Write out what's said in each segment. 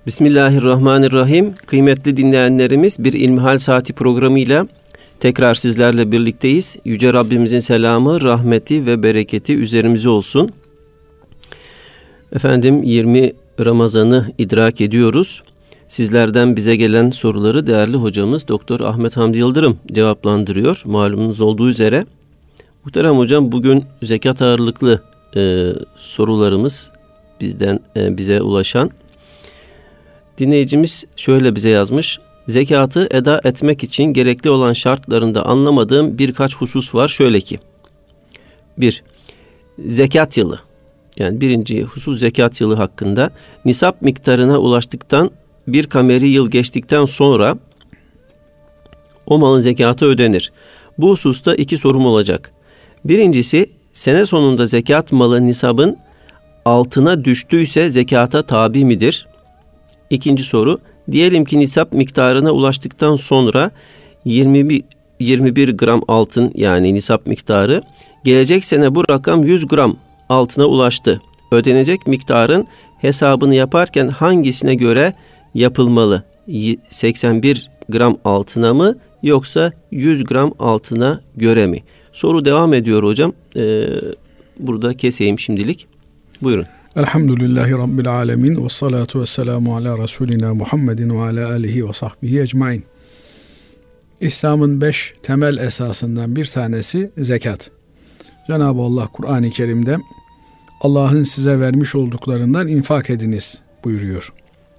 Bismillahirrahmanirrahim. Kıymetli dinleyenlerimiz, bir İlmihal Saati programıyla tekrar sizlerle birlikteyiz. Yüce Rabbimizin selamı, rahmeti ve bereketi üzerimize olsun. Efendim 20 Ramazan'ı idrak ediyoruz. Sizlerden bize gelen soruları değerli hocamız Doktor Ahmet Hamdi Yıldırım cevaplandırıyor. Malumunuz olduğu üzere. Muhterem hocam, bugün zekat ağırlıklı sorularımız bize ulaşan. Dinleyicimiz şöyle bize yazmış. Zekatı eda etmek için gerekli olan şartlarında anlamadığım birkaç husus var. Şöyle ki. 1. Zekat yılı. Yani birinci husus zekat yılı hakkında. Nisap miktarına ulaştıktan bir kameri yıl geçtikten sonra o malın zekatı ödenir. Bu hususta 2 sorum olacak. Birincisi, sene sonunda zekat malı nisabın altına düştüyse zekata tabi midir? İkinci soru, diyelim ki nisap miktarına ulaştıktan sonra 21 gram altın, yani nisap miktarı, gelecek sene bu rakam 100 gram altına ulaştı. Ödenecek miktarın hesabını yaparken hangisine göre yapılmalı? 81 gram altına mı yoksa 100 gram altına göre mi? Soru devam ediyor hocam. Burada keseyim şimdilik. Buyurun. Elhamdülillahi Rabbil alemin ve salatu ve selamu ala Resulina Muhammedin ve ala alihi ve sahbihi ecmain. İslam'ın 5 temel esasından bir tanesi zekat. Cenab-ı Allah Kur'an-ı Kerim'de Allah'ın size vermiş olduklarından infak ediniz buyuruyor.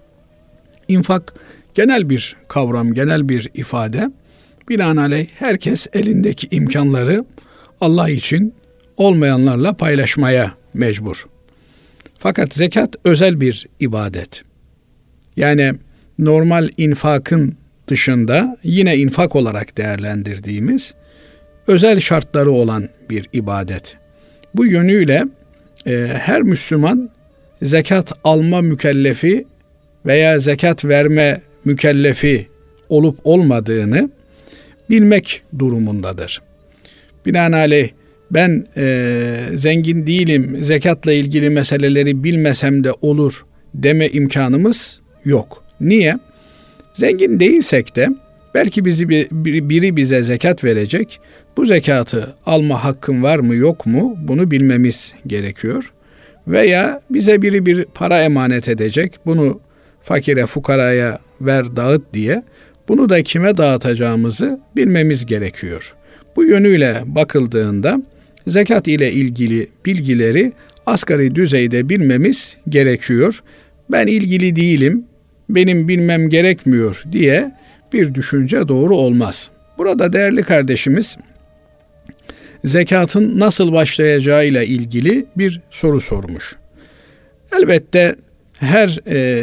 İnfak genel bir kavram, genel bir ifade. Binaenaleyh herkes elindeki imkanları Allah için olmayanlarla paylaşmaya mecbur. Fakat zekat özel bir ibadet. Yani normal infakın dışında yine infak olarak değerlendirdiğimiz özel şartları olan bir ibadet. Bu yönüyle her Müslüman zekat alma mükellefi veya zekat verme mükellefi olup olmadığını bilmek durumundadır. Binaenaleyh ben zengin değilim, zekatla ilgili meseleleri bilmesem de olur deme imkanımız yok. Niye? Zengin değilsek de belki biri bize zekat verecek. Bu zekatı alma hakkım var mı yok mu bunu bilmemiz gerekiyor. Veya bize biri bir para emanet edecek. Bunu fakire, fukaraya ver, dağıt diye. Bunu da kime dağıtacağımızı bilmemiz gerekiyor. Bu yönüyle bakıldığında zekat ile ilgili bilgileri asgari düzeyde bilmemiz gerekiyor. Ben ilgili değilim, benim bilmem gerekmiyor diye bir düşünce doğru olmaz. Burada değerli kardeşimiz zekatın nasıl başlayacağıyla ilgili bir soru sormuş. Elbette her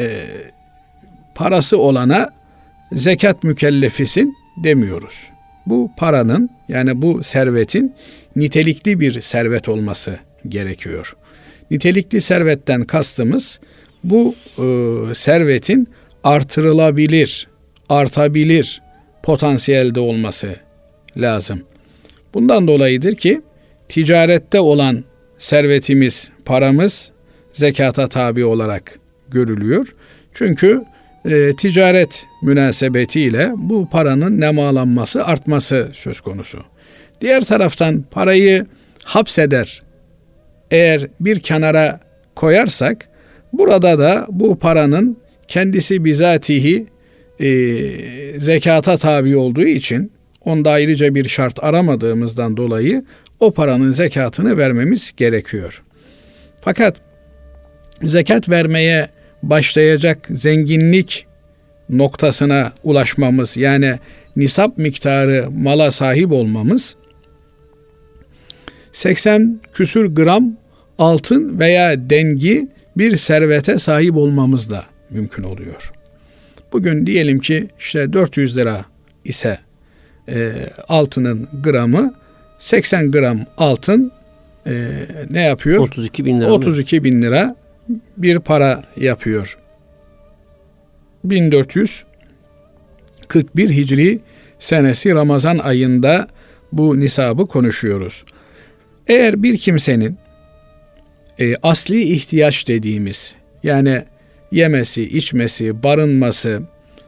parası olana zekat mükellefisin demiyoruz. Bu paranın, yani bu servetin nitelikli bir servet olması gerekiyor. Nitelikli servetten kastımız bu servetin artırılabilir, artabilir potansiyelde olması lazım. Bundan dolayıdır ki ticarette olan servetimiz, paramız zekata tabi olarak görülüyor. Çünkü ticaret münasebetiyle bu paranın nemalanması, artması söz konusu. Diğer taraftan parayı hapseder, eğer bir kenara koyarsak, burada da bu paranın kendisi bizatihi zekata tabi olduğu için, onda ayrıca bir şart aramadığımızdan dolayı o paranın zekatını vermemiz gerekiyor. Fakat zekat vermeye başlayacak zenginlik noktasına ulaşmamız, yani nisap miktarı mala sahip olmamız 80 küsür gram altın veya dengi bir servete sahip olmamız da mümkün oluyor. Bugün diyelim ki işte 400 lira ise altının gramı, 80 gram altın ne yapıyor? 32 bin lira. 32 bin lira bir para yapıyor. 1441 Hicri senesi Ramazan ayında bu nisabı konuşuyoruz. Eğer bir kimsenin asli ihtiyaç dediğimiz, yani yemesi, içmesi, barınması,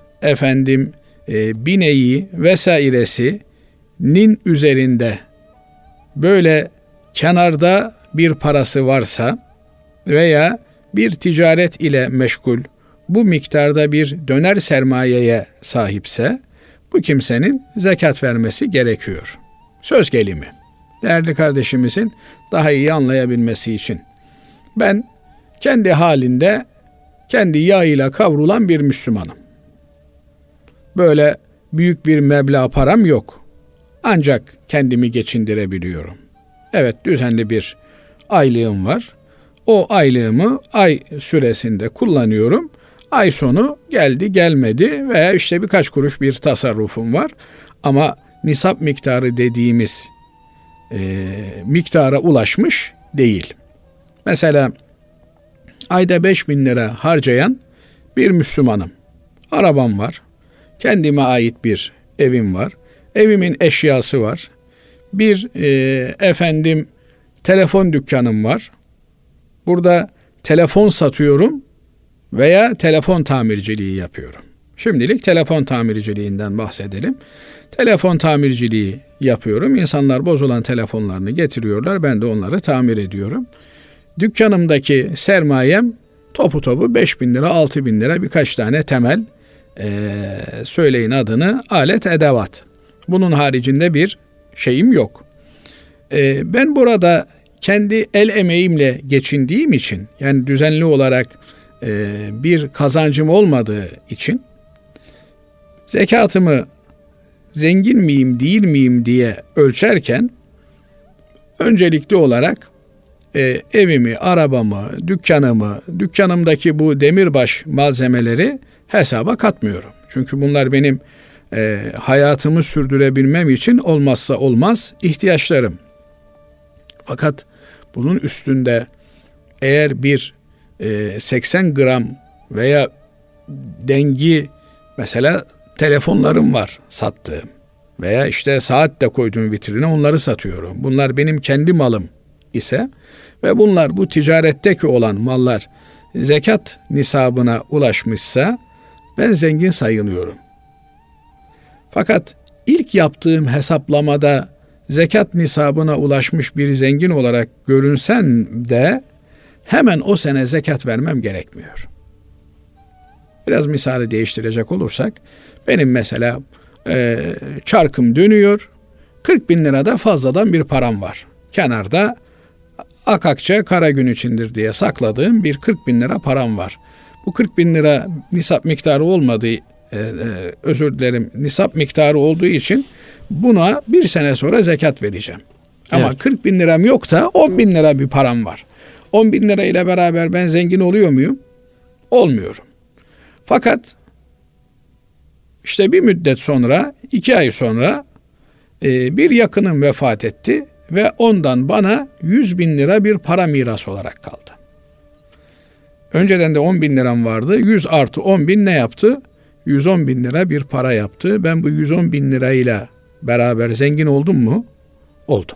bineği vesairesinin üzerinde böyle kenarda bir parası varsa veya bir ticaret ile meşgul, bu miktarda bir döner sermayeye sahipse bu kimsenin zekat vermesi gerekiyor. Söz gelimi. Değerli kardeşimizin daha iyi anlayabilmesi için. Ben kendi halinde, kendi yağıyla kavrulan bir Müslümanım. Böyle büyük bir meblağ param yok. Ancak kendimi geçindirebiliyorum. Evet, düzenli bir aylığım var. O aylığımı ay süresinde kullanıyorum. Ay sonu geldi gelmedi veya işte birkaç kuruş bir tasarrufum var. Ama nisap miktarı dediğimiz miktara ulaşmış değil. Mesela ayda 5.000 lira harcayan bir Müslümanım. Arabam var. Kendime ait bir evim var. Evimin eşyası var. Bir telefon dükkanım var. Burada telefon satıyorum veya telefon tamirciliği yapıyorum. Şimdilik telefon tamirciliğinden bahsedelim. Telefon tamirciliği yapıyorum. İnsanlar bozulan telefonlarını getiriyorlar. Ben de onları tamir ediyorum. Dükkanımdaki sermayem topu 5.000 lira, 6.000 lira, birkaç tane temel söyleyin adını, alet edevat. Bunun haricinde bir şeyim yok. Ben burada kendi el emeğimle geçindiğim için, yani düzenli olarak bir kazancım olmadığı için zekatımı zengin miyim değil miyim diye ölçerken öncelikli olarak evimi, arabamı, dükkanımdaki bu demirbaş malzemeleri hesaba katmıyorum. Çünkü bunlar benim hayatımı sürdürebilmem için olmazsa olmaz ihtiyaçlarım. Fakat bunun üstünde eğer bir 80 gram veya dengi, mesela telefonlarım var sattığım veya işte saat de koyduğum vitrine onları satıyorum. Bunlar benim kendi malım ise ve bunlar bu ticaretteki olan mallar zekat nisabına ulaşmışsa ben zengin sayılıyorum. Fakat ilk yaptığım hesaplamada zekat nisabına ulaşmış bir zengin olarak görünsen de hemen o sene zekat vermem gerekmiyor. Biraz misali değiştirecek olursak, benim mesela çarkım dönüyor, 40.000 lirada fazladan bir param var. Kenarda akakça kara gün içindir diye sakladığım bir 40.000 lira param var. Bu 40.000 lira nisap miktarı olmadığı, nisap miktarı olduğu için buna bir sene sonra zekat vereceğim. Ama evet, 40.000 liram yok da 10.000 lira bir param var. 10.000 lira ile beraber ben zengin oluyor muyum? Olmuyorum. Fakat işte bir müddet sonra, 2 ay sonra bir yakınım vefat etti ve ondan bana 100.000 lira bir para miras olarak kaldı. Önceden de 10.000 liram vardı. 100 artı 10.000 ne yaptı? 110.000 lira bir para yaptı. Ben bu 110.000 lirayla beraber zengin oldum mu? Oldum.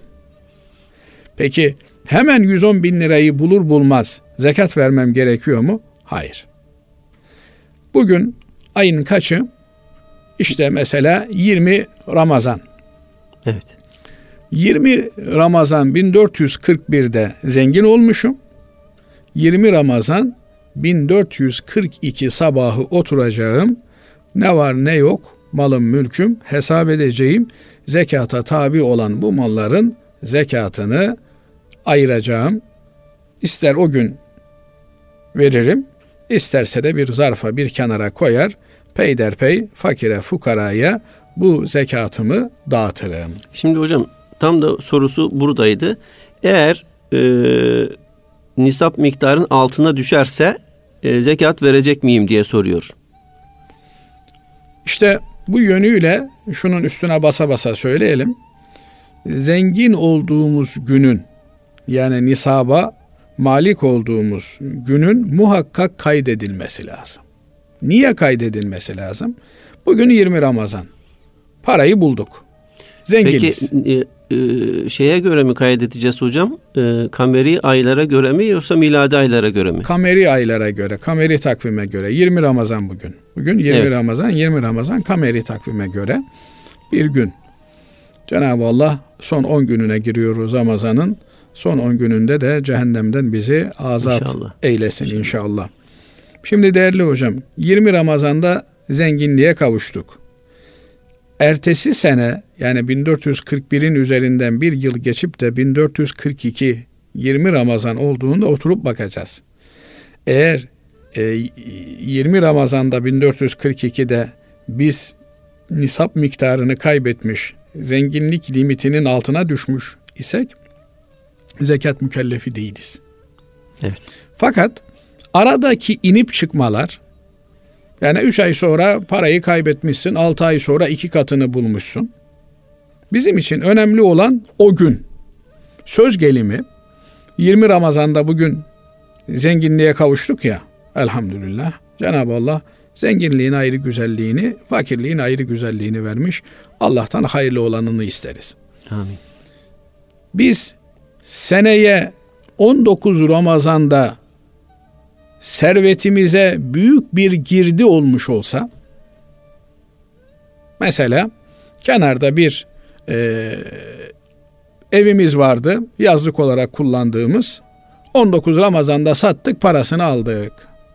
Peki hemen 110.000 lirayı bulur bulmaz zekat vermem gerekiyor mu? Hayır. Bugün ayın kaçı? İşte mesela 20 Ramazan. Evet. 20 Ramazan 1441'de zengin olmuşum. 20 Ramazan 1442 sabahı oturacağım. Ne var ne yok malım mülküm hesap edeceğim. Zekata tabi olan bu malların zekatını ayıracağım. İster o gün veririm, isterse de bir zarfa bir kenara koyar, peyderpey fakire fukaraya bu zekatımı dağıtırım. Şimdi hocam tam da sorusu buradaydı. Eğer nisap miktarın altına düşerse zekat verecek miyim diye soruyor. İşte bu yönüyle şunun üstüne basa basa söyleyelim. Zengin olduğumuz günün, yani nisaba malik olduğumuz günün muhakkak kaydedilmesi lazım. Niye kaydedilmesi lazım? Bugün 20 Ramazan. Parayı bulduk. Zenginiz. Peki şeye göre mi kaydedeceğiz hocam? Kameri aylara göre mi yoksa miladi aylara göre mi? Kameri aylara göre, kameri takvime göre. 20 Ramazan bugün. Bugün 20 evet. Ramazan, 20 Ramazan kameri takvime göre bir gün. Cenab-ı Allah son 10 gününe giriyoruz Ramazan'ın. Son 10 gününde de cehennemden bizi azat inşallah. Eylesin inşallah. Şimdi değerli hocam, 20 Ramazan'da zenginliğe kavuştuk. Ertesi sene, yani 1441'in üzerinden bir yıl geçip de 1442 20 Ramazan olduğunda oturup bakacağız. Eğer 20 Ramazan'da 1442'de biz nisap miktarını kaybetmiş, zenginlik limitinin altına düşmüş isek zekat mükellefi değiliz. Evet. Fakat aradaki inip çıkmalar, yani 3 ay sonra parayı kaybetmişsin, 6 ay sonra 2 katını bulmuşsun. Bizim için önemli olan o gün. Söz gelimi 20 Ramazan'da bugün zenginliğe kavuştuk ya, elhamdülillah. Cenab-ı Allah zenginliğin ayrı güzelliğini, fakirliğin ayrı güzelliğini vermiş. Allah'tan hayırlı olanını isteriz. Amin. Biz seneye 19 Ramazan'da servetimize büyük bir girdi olmuş olsa, mesela kenarda bir evimiz vardı, yazlık olarak kullandığımız, 19 Ramazan'da sattık, parasını aldık.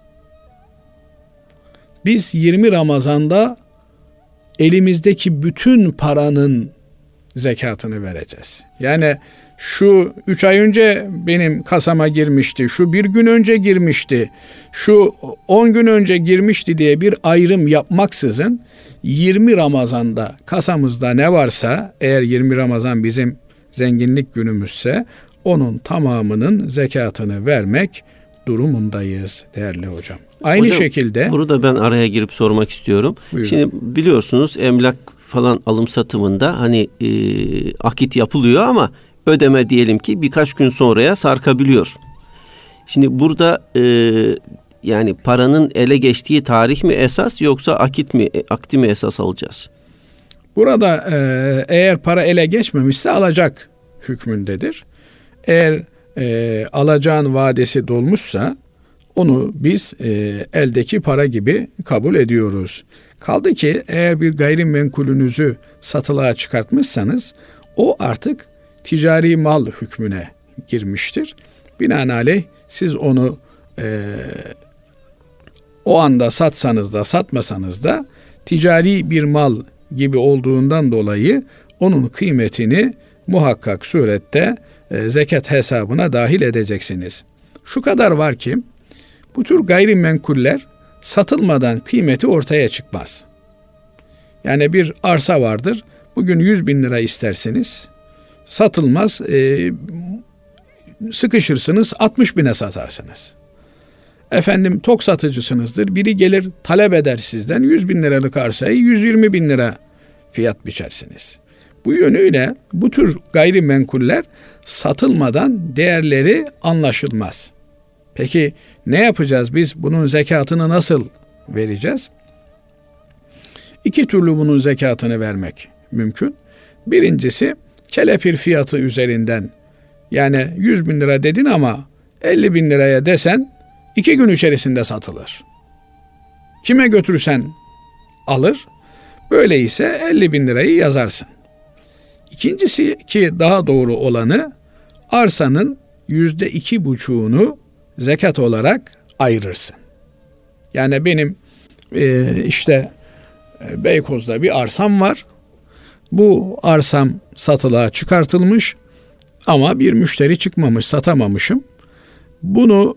Biz 20 Ramazan'da elimizdeki bütün paranın zekatını vereceğiz. Yani şu 3 ay önce benim kasama girmişti, şu bir gün önce girmişti, şu 10 gün önce girmişti diye bir ayrım yapmaksızın 20 Ramazan'da kasamızda ne varsa, eğer 20 Ramazan bizim zenginlik günümüzse onun tamamının zekatını vermek durumundayız değerli hocam. Aynı hocam, şekilde. Burada ben araya girip sormak istiyorum. Buyurun. Şimdi biliyorsunuz emlak falan alım satımında hani akit yapılıyor ama ödeme diyelim ki birkaç gün sonraya sarkabiliyor. Şimdi burada yani paranın ele geçtiği tarih mi esas yoksa akdi mi esas alacağız? Burada eğer para ele geçmemişse alacak hükmündedir. Eğer alacağın vadesi dolmuşsa onu biz eldeki para gibi kabul ediyoruz. Kaldı ki eğer bir gayrimenkulünüzü satılığa çıkartmışsanız o artık ticari mal hükmüne girmiştir. Binaenaleyh siz onu o anda satsanız da satmasanız da ticari bir mal gibi olduğundan dolayı onun kıymetini muhakkak surette zekat hesabına dahil edeceksiniz. Şu kadar var ki bu tür gayrimenkuller satılmadan kıymeti ortaya çıkmaz. Yani bir arsa vardır. Bugün 100 bin lira istersiniz. Satılmaz. Sıkışırsınız 60 bine satarsınız. Efendim tok satıcısınızdır. Biri gelir talep eder sizden 100 bin liralık arsayı 120 bin lira fiyat biçersiniz. Bu yönüyle bu tür gayrimenkuller satılmadan değerleri anlaşılmaz. Peki ne yapacağız biz? Bunun zekatını nasıl vereceğiz? 2 türlü bunun zekatını vermek mümkün. Birincisi kelepir fiyatı üzerinden, yani 100 bin lira dedin ama 50 bin liraya desen 2 gün içerisinde satılır. Kime götürürsen alır. Böyleyse 50 bin lirayı yazarsın. İkincisi ki daha doğru olanı, arsanın %2,5'unu zekat olarak ayırırsın. Yani benim Beykoz'da bir arsam var. Bu arsam satılığa çıkartılmış ama bir müşteri çıkmamış, satamamışım. Bunu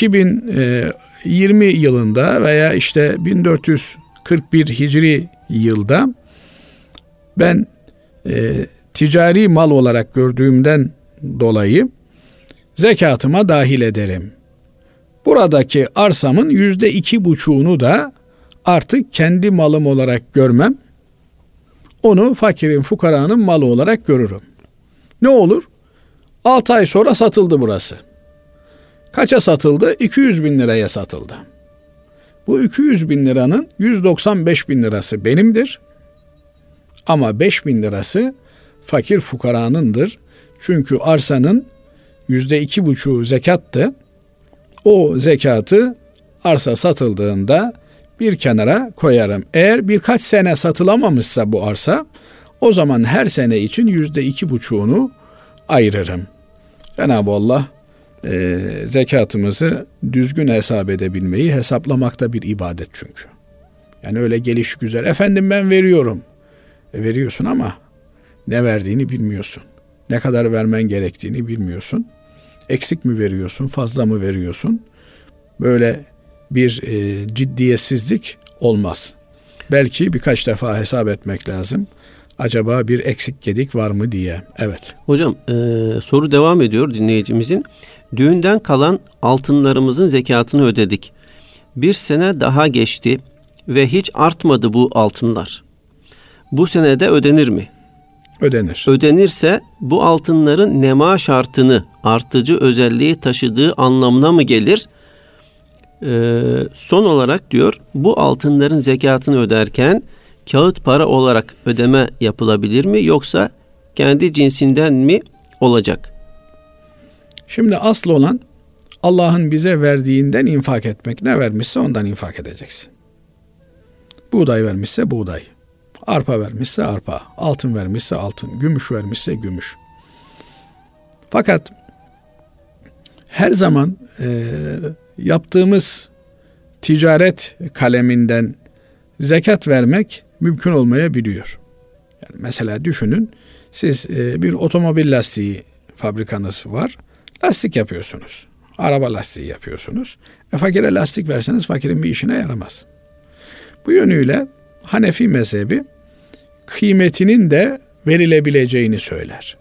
2020 yılında veya 1441 Hicri yılda ben ticari mal olarak gördüğümden dolayı zekatıma dahil ederim. Buradaki arsamın %2,5'unu da artık kendi malım olarak görmem. Onu fakirin, fukaranın malı olarak görürüm. Ne olur? 6 ay sonra satıldı burası. Kaça satıldı? 200 bin liraya satıldı. Bu 200 bin liranın 195 bin lirası benimdir. Ama 5 bin lirası fakir fukaranındır. Çünkü arsanın %2,5'u zekattı. O zekatı arsa satıldığında bir kenara koyarım. Eğer birkaç sene satılamamışsa bu arsa, o zaman her sene için %2,5'unu ayırırım. Cenab-ı Allah zekatımızı düzgün hesap edebilmeyi, hesaplamakta bir ibadet çünkü. Yani öyle gelişigüzel, efendim ben veriyorum. Veriyorsun ama ne verdiğini bilmiyorsun. Ne kadar vermen gerektiğini bilmiyorsun. Eksik mi veriyorsun, fazla mı veriyorsun? Böyle bir ciddiyetsizlik olmaz. Belki birkaç defa hesap etmek lazım. Acaba bir eksik gedik var mı diye. Evet. Hocam soru devam ediyor dinleyicimizin. Düğünden kalan altınlarımızın zekatını ödedik. Bir sene daha geçti ve hiç artmadı bu altınlar. Bu sene de ödenir mi? Ödenir. Ödenirse bu altınların nema şartını, artıcı özelliği taşıdığı anlamına mı gelir? Son olarak diyor, bu altınların zekatını öderken kağıt para olarak ödeme yapılabilir mi, yoksa kendi cinsinden mi olacak? Şimdi asıl olan Allah'ın bize verdiğinden infak etmek. Ne vermişse ondan infak edeceksin. Buğday vermişse buğday, arpa vermişse arpa, altın vermişse altın, gümüş vermişse gümüş. Fakat her zaman yaptığımız ticaret kaleminden zekat vermek mümkün olmayabiliyor. Yani mesela düşünün, siz bir otomobil lastiği fabrikanız var, lastik yapıyorsunuz, araba lastiği yapıyorsunuz. Fakire lastik verseniz fakirin bir işine yaramaz. Bu yönüyle Hanefi mezhebi kıymetinin de verilebileceğini söyler.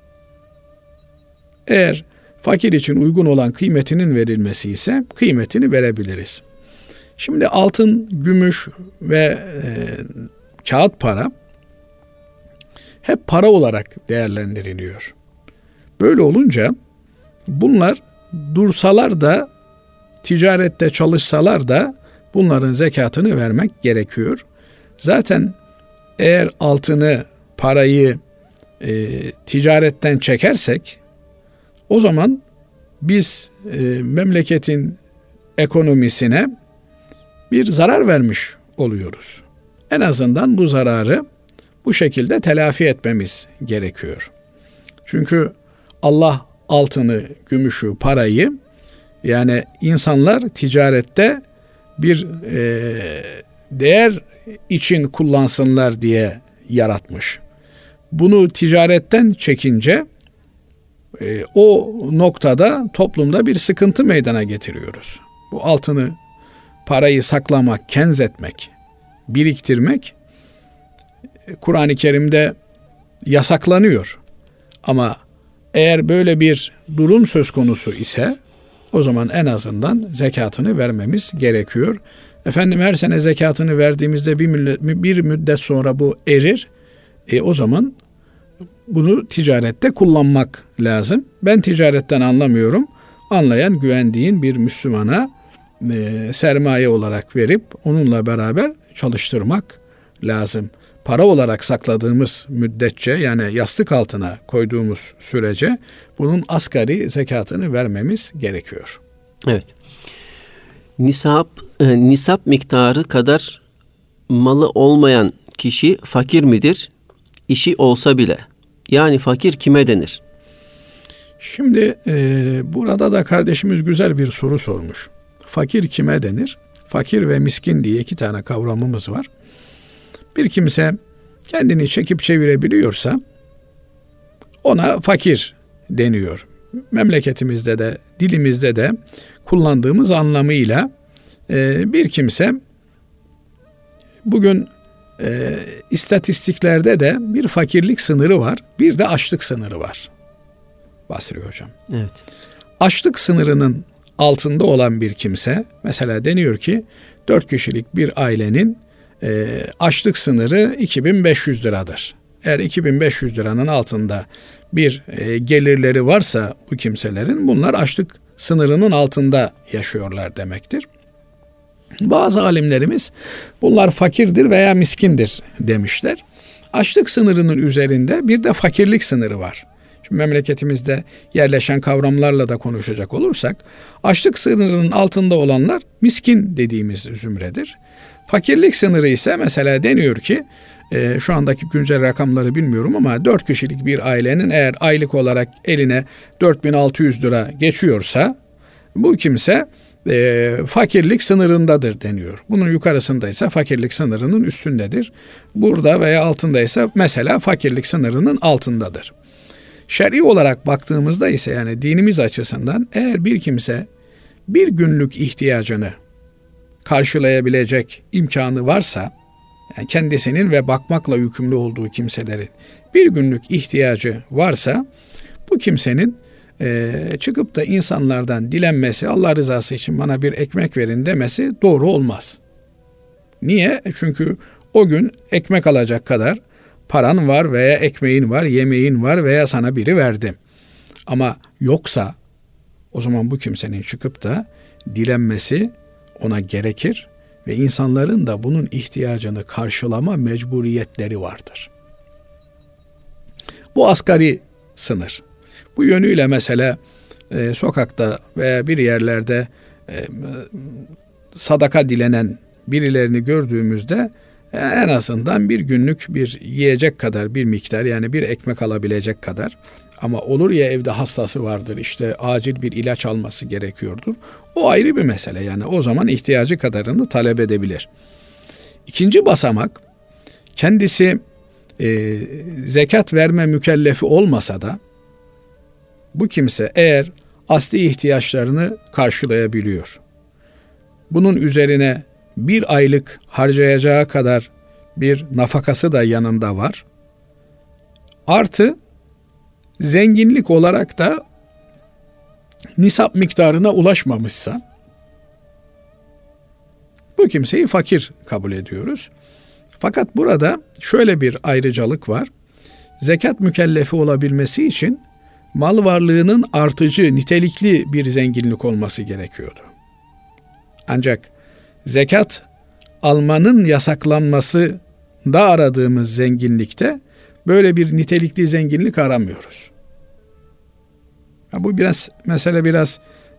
Eğer fakir için uygun olan kıymetinin verilmesi ise kıymetini verebiliriz. Şimdi altın, gümüş ve kağıt para hep para olarak değerlendiriliyor. Böyle olunca bunlar dursalar da, ticarette çalışsalar da bunların zekatını vermek gerekiyor. Zaten eğer altını, parayı ticaretten çekersek, o zaman biz memleketin ekonomisine bir zarar vermiş oluyoruz. En azından bu zararı bu şekilde telafi etmemiz gerekiyor. Çünkü Allah altını, gümüşü, parayı, yani insanlar ticarette bir değer için kullansınlar diye yaratmış. Bunu ticaretten çekince o noktada toplumda bir sıkıntı meydana getiriyoruz. Bu altını, parayı saklamak, kenzetmek, biriktirmek Kur'an-ı Kerim'de yasaklanıyor. Ama eğer böyle bir durum söz konusu ise o zaman en azından zekatını vermemiz gerekiyor. Efendim her sene zekatını verdiğimizde bir müddet sonra bu erir. O zaman bunu ticarette kullanmak lazım. Ben ticaretten anlamıyorum. Anlayan, güvendiğin bir Müslümana sermaye olarak verip onunla beraber çalıştırmak lazım. Para olarak sakladığımız müddetçe, yani yastık altına koyduğumuz sürece bunun asgari zekatını vermemiz gerekiyor. Evet. Nisap miktarı kadar malı olmayan kişi fakir midir? İşi olsa bile. Yani fakir kime denir? Şimdi burada da kardeşimiz güzel bir soru sormuş. Fakir kime denir? Fakir ve miskin diye iki tane kavramımız var. Bir kimse kendini çekip çevirebiliyorsa ona fakir deniyor. Memleketimizde de, dilimizde de kullandığımız anlamıyla bir kimse bugün istatistiklerde de bir fakirlik sınırı var, bir de açlık sınırı var. Basri Hocam. Evet. Açlık sınırının altında olan bir kimse, mesela deniyor ki 4 kişilik bir ailenin açlık sınırı 2500 liradır. Eğer 2500 liranın altında bir gelirleri varsa bu kimselerin, bunlar açlık sınırının altında yaşıyorlar demektir. Bazı alimlerimiz bunlar fakirdir veya miskindir demişler. Açlık sınırının üzerinde bir de fakirlik sınırı var. Şimdi memleketimizde yerleşen kavramlarla da konuşacak olursak, açlık sınırının altında olanlar miskin dediğimiz zümredir. Fakirlik sınırı ise mesela deniyor ki, şu andaki güncel rakamları bilmiyorum ama 4 kişilik bir ailenin eğer aylık olarak eline 4.600 lira geçiyorsa, bu kimse fakirlik sınırındadır deniyor. Bunun yukarısındaysa fakirlik sınırının üstündedir. Burada veya altındaysa mesela fakirlik sınırının altındadır. Şer'i olarak baktığımızda ise, yani dinimiz açısından, eğer bir kimse bir günlük ihtiyacını karşılayabilecek imkanı varsa, yani kendisinin ve bakmakla yükümlü olduğu kimselerin bir günlük ihtiyacı varsa, bu kimsenin çıkıp da insanlardan dilenmesi, Allah rızası için bana bir ekmek verin demesi doğru olmaz. Niye? Çünkü o gün ekmek alacak kadar paran var veya ekmeğin var, yemeğin var veya sana biri verdi. Ama yoksa o zaman bu kimsenin çıkıp da dilenmesi ona gerekir ve insanların da bunun ihtiyacını karşılama mecburiyetleri vardır. Bu asgari sınır. Bu yönüyle mesela sokakta veya bir yerlerde sadaka dilenen birilerini gördüğümüzde en azından bir günlük bir yiyecek kadar bir miktar, yani bir ekmek alabilecek kadar, ama olur ya evde hastası vardır, işte acil bir ilaç alması gerekiyordur. O ayrı bir mesele, yani o zaman ihtiyacı kadarını talep edebilir. İkinci basamak, kendisi zekat verme mükellefi olmasa da bu kimse eğer asli ihtiyaçlarını karşılayabiliyor, bunun üzerine bir aylık harcayacağı kadar bir nafakası da yanında var, artı zenginlik olarak da nisap miktarına ulaşmamışsa, bu kimseyi fakir kabul ediyoruz. Fakat burada şöyle bir ayrıcalık var. Zekat mükellefi olabilmesi için mal varlığının artıcı, nitelikli bir zenginlik olması gerekiyordu. Ancak zekat almanın yasaklanması da aradığımız zenginlikte böyle bir nitelikli zenginlik aramıyoruz. Bu mesele biraz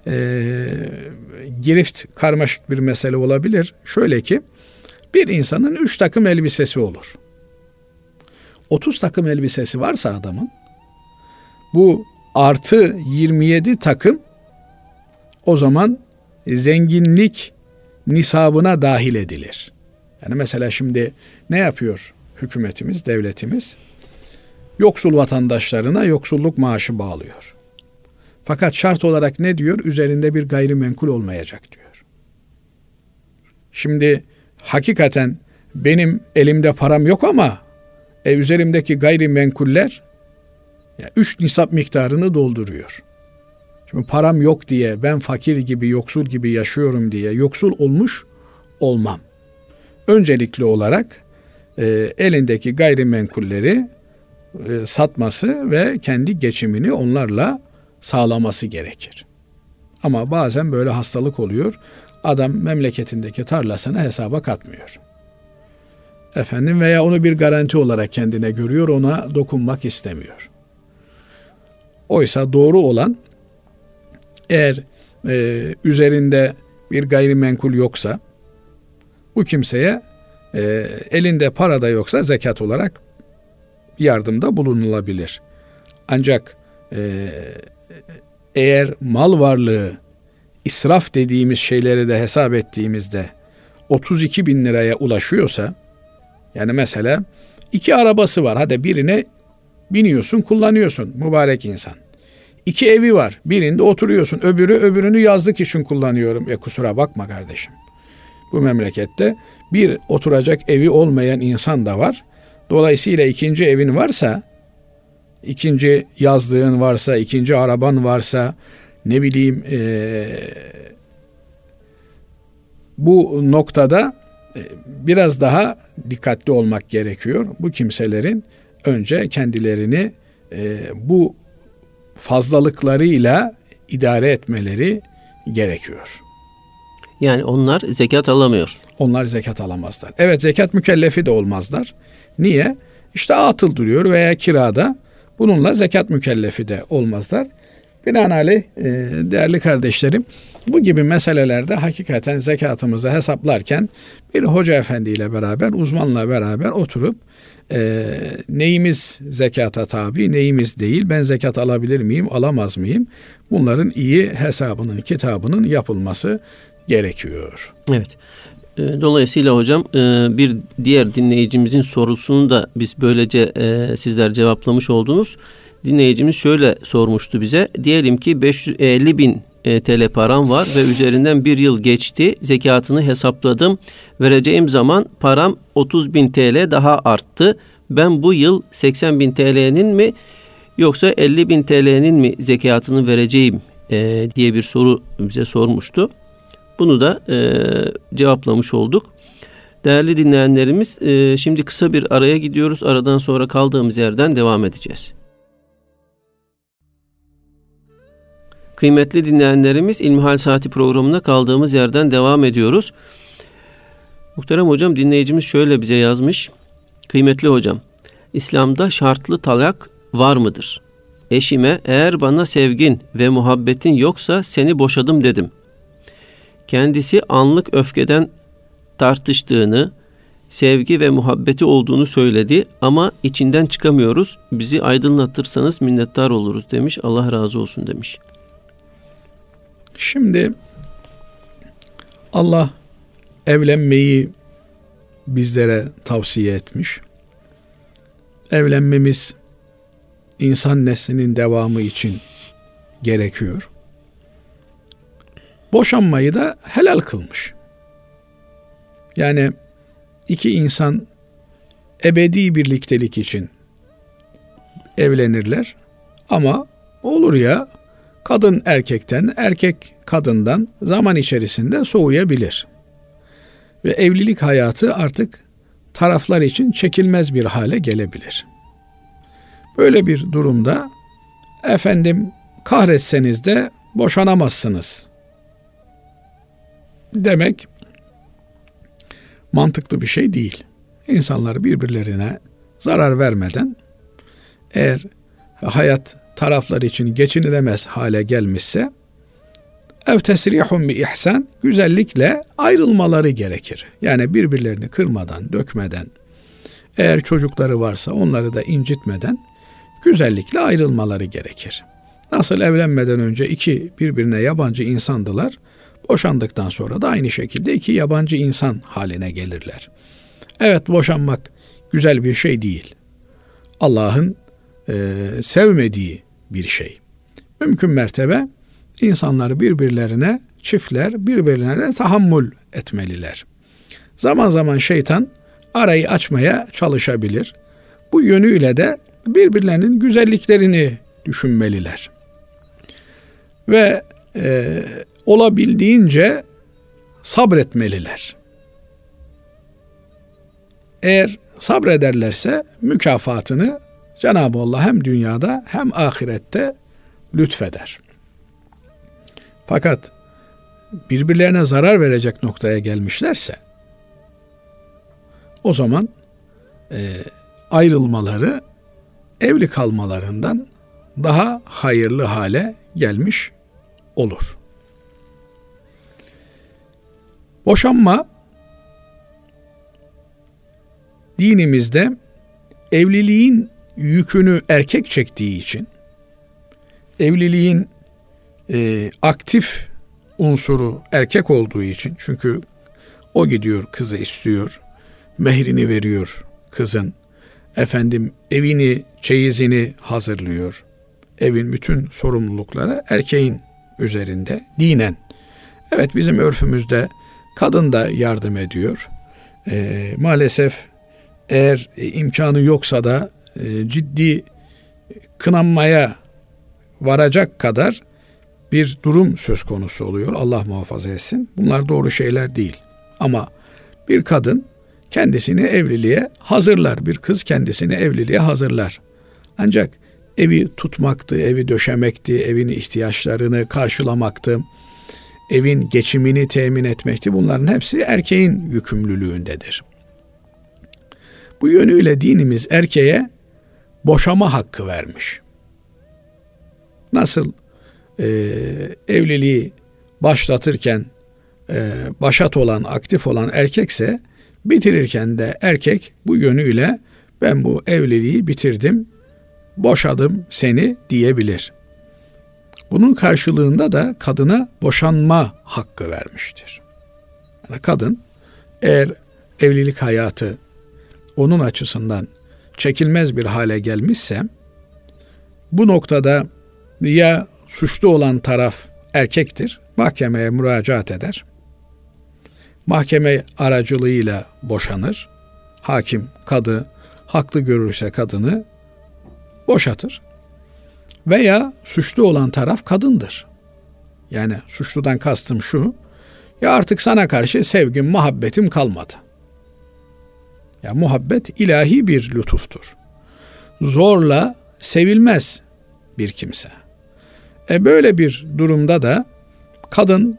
girift, karmaşık bir mesele olabilir. Şöyle ki, bir insanın 3 takım elbisesi olur. 30 takım elbisesi varsa adamın, bu artı 27 takım o zaman zenginlik nisabına dahil edilir. Yani mesela şimdi ne yapıyor hükümetimiz, devletimiz? Yoksul vatandaşlarına yoksulluk maaşı bağlıyor. Fakat şart olarak ne diyor? Üzerinde bir gayrimenkul olmayacak diyor. Şimdi hakikaten benim elimde param yok ama üzerimdeki gayrimenkuller 3 nisap miktarını dolduruyor. Şimdi param yok diye, ben fakir gibi, yoksul gibi yaşıyorum diye yoksul olmuş olmam. Öncelikli olarak elindeki gayrimenkulleri satması ve kendi geçimini onlarla sağlaması gerekir. Ama bazen böyle hastalık oluyor. Adam memleketindeki tarlasını hesaba katmıyor. Veya onu bir garanti olarak kendine görüyor, ona dokunmak istemiyor. Oysa doğru olan, eğer üzerinde bir gayrimenkul yoksa, bu kimseye elinde para da yoksa zekat olarak yardımda bulunulabilir. Ancak eğer mal varlığı, israf dediğimiz şeyleri de hesap ettiğimizde 32 bin liraya ulaşıyorsa, yani mesela 2 arabası var, hadi birine biniyorsun, kullanıyorsun mübarek insan. 2 evi var, birinde oturuyorsun, öbürünü yazlık için kullanıyorum. Kusura bakma kardeşim, bu memlekette bir oturacak evi olmayan insan da var. Dolayısıyla ikinci evin varsa, ikinci yazlığın varsa, ikinci araban varsa, ne bileyim bu noktada biraz daha dikkatli olmak gerekiyor. Bu kimselerin önce kendilerini bu fazlalıklarıyla idare etmeleri gerekiyor. Yani onlar zekat alamıyor. Onlar zekat alamazlar. Evet, zekat mükellefi de olmazlar. Niye? İşte atıl duruyor veya kirada. Bununla zekat mükellefi de olmazlar. Binaenaleyh değerli kardeşlerim, bu gibi meselelerde hakikaten zekatımızı hesaplarken bir hoca efendiyle beraber, uzmanla beraber oturup neyimiz zekata tabi, neyimiz değil, ben zekat alabilir miyim, alamaz mıyım? Bunların iyi hesabının, kitabının yapılması gerekiyor. Evet. Dolayısıyla hocam bir diğer dinleyicimizin sorusunu da biz böylece sizler cevaplamış oldunuz. Dinleyicimiz şöyle sormuştu bize. Diyelim ki 550.000 TL param var ve üzerinden bir yıl geçti. Zekatını hesapladım. Vereceğim zaman param 30.000 TL daha arttı. Ben bu yıl 80.000 TL'nin mi yoksa 50.000 TL'nin mi zekatını vereceğim diye bir soru bize sormuştu. Bunu da cevaplamış olduk. Değerli dinleyenlerimiz, şimdi kısa bir araya gidiyoruz. Aradan sonra kaldığımız yerden devam edeceğiz. Kıymetli dinleyenlerimiz, İlmihal Saati programına kaldığımız yerden devam ediyoruz. Muhterem hocam, dinleyicimiz şöyle bize yazmış. Kıymetli hocam, İslam'da şartlı talak var mıdır? Eşime eğer bana sevgin ve muhabbetin yoksa seni boşadım dedim. Kendisi anlık öfkeden tartıştığını, sevgi ve muhabbeti olduğunu söyledi ama içinden çıkamıyoruz. Bizi aydınlatırsanız minnettar oluruz demiş. Allah razı olsun demiş. Şimdi Allah evlenmeyi bizlere tavsiye etmiş. Evlenmemiz insan neslinin devamı için gerekiyor. Boşanmayı da helal kılmış. Yani iki insan ebedi birliktelik için evlenirler ama olur ya kadın erkekten, erkek kadından zaman içerisinde soğuyabilir. Ve evlilik hayatı artık taraflar için çekilmez bir hale gelebilir. Böyle bir durumda efendim kahretseniz de boşanamazsınız demek mantıklı bir şey değil. İnsanlar birbirlerine zarar vermeden eğer hayat taraflar için geçinilemez hale gelmişse ev tesrihun bi ihsan, güzellikle ayrılmaları gerekir. Yani birbirlerini kırmadan, dökmeden, eğer çocukları varsa onları da incitmeden güzellikle ayrılmaları gerekir. Nasıl evlenmeden önce iki birbirine yabancı insandılar, boşandıktan sonra da aynı şekilde iki yabancı insan haline gelirler. Evet, boşanmak güzel bir şey değil. Allah'ın sevmediği bir şey. Mümkün mertebe insanlar birbirlerine, çiftler birbirlerine tahammül etmeliler. Zaman zaman şeytan arayı açmaya çalışabilir. Bu yönüyle de birbirlerinin güzelliklerini düşünmeliler. Ve olabildiğince sabretmeliler. Eğer sabrederlerse mükafatını Cenab-ı Allah hem dünyada hem ahirette lütfeder. Fakat birbirlerine zarar verecek noktaya gelmişlerse o zaman ayrılmaları evli kalmalarından daha hayırlı hale gelmiş olur. Boşanma dinimizde evliliğin yükünü erkek çektiği için, evliliğin aktif unsuru erkek olduğu için, çünkü o gidiyor kızı istiyor, mehrini veriyor kızın, evini, çeyizini hazırlıyor. Evin bütün sorumlulukları erkeğin üzerinde dinen. Evet, bizim örfümüzde kadın da yardım ediyor. Maalesef eğer imkanı yoksa da ciddi kınanmaya varacak kadar bir durum söz konusu oluyor. Allah muhafaza etsin. Bunlar doğru şeyler değil. Ama bir kadın kendisini evliliğe hazırlar. Bir kız kendisini evliliğe hazırlar. Ancak evi tutmaktı, evi döşemekti, evin ihtiyaçlarını karşılamaktı, evin geçimini temin etmekti. Bunların hepsi erkeğin yükümlülüğündedir. Bu yönüyle dinimiz erkeğe boşama hakkı vermiş. Nasıl evliliği başlatırken başat olan, aktif olan erkekse, bitirirken de erkek bu yönüyle ben bu evliliği bitirdim, boşadım seni diyebilir. Bunun karşılığında da kadına boşanma hakkı vermiştir. Yani kadın eğer evlilik hayatı onun açısından çekilmez bir hale gelmişse, bu noktada ya suçlu olan taraf erkektir, mahkemeye müracaat eder, mahkeme aracılığıyla boşanır, hakim kadı haklı görürse kadını boşatır, veya suçlu olan taraf kadındır. Yani suçludan kastım şu, ya artık sana karşı sevgim, muhabbetim kalmadı. Ya muhabbet ilahi bir lütuftur. Zorla sevilmez bir kimse. Böyle bir durumda da kadın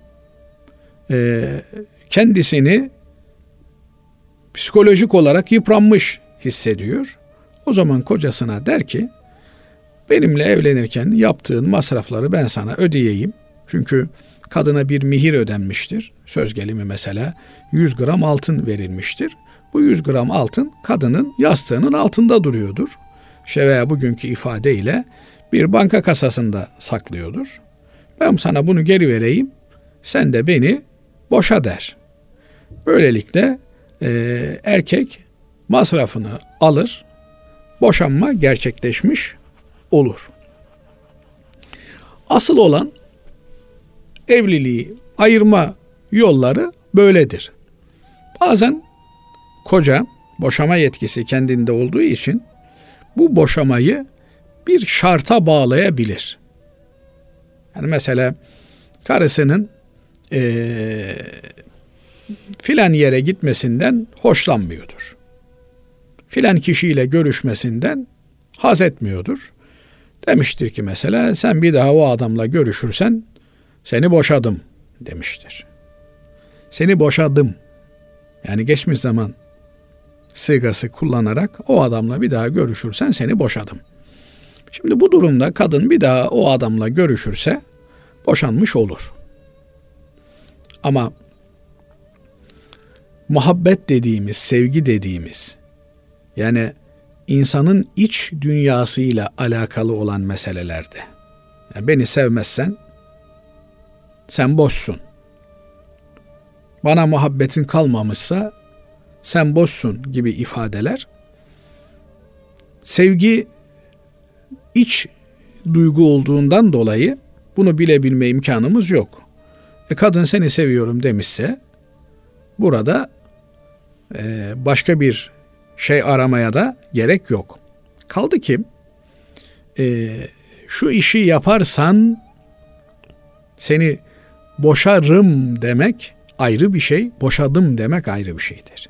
kendisini psikolojik olarak yıpranmış hissediyor. O zaman kocasına der ki, benimle evlenirken yaptığın masrafları ben sana ödeyeyim. Çünkü kadına bir mihir ödenmiştir. Söz gelimi mesela 100 gram altın verilmiştir. Bu 100 gram altın kadının yastığının altında duruyordur. Veya bugünkü ifadeyle bir banka kasasında saklıyordur. Ben sana bunu geri vereyim, sen de beni boşa der. Böylelikle erkek masrafını alır, boşanma gerçekleşmiş olur. Asıl olan evliliği ayırma yolları böyledir. Bazen koca boşama yetkisi kendinde olduğu için bu boşamayı bir şarta bağlayabilir. Yani mesela karısının filan yere gitmesinden hoşlanmıyordur. Filan kişiyle görüşmesinden haz etmiyordur. Demiştir ki mesela, sen bir daha o adamla görüşürsen seni boşadım demiştir. Seni boşadım. Yani geçmiş zaman sigası kullanarak o adamla bir daha görüşürsen seni boşadım. Şimdi bu durumda kadın bir daha o adamla görüşürse boşanmış olur. Ama muhabbet dediğimiz, sevgi dediğimiz, yani insanın iç dünyasıyla alakalı olan meselelerde, yani beni sevmezsen sen boşsun. Bana muhabbetin kalmamışsa sen boşsun gibi ifadeler, sevgi iç duygu olduğundan dolayı bunu bilebilme imkanımız yok. Kadın seni seviyorum demişse burada başka bir şey aramaya da gerek yok. Kaldı ki şu işi yaparsan seni boşarım demek ayrı bir şey, boşadım demek ayrı bir şeydir.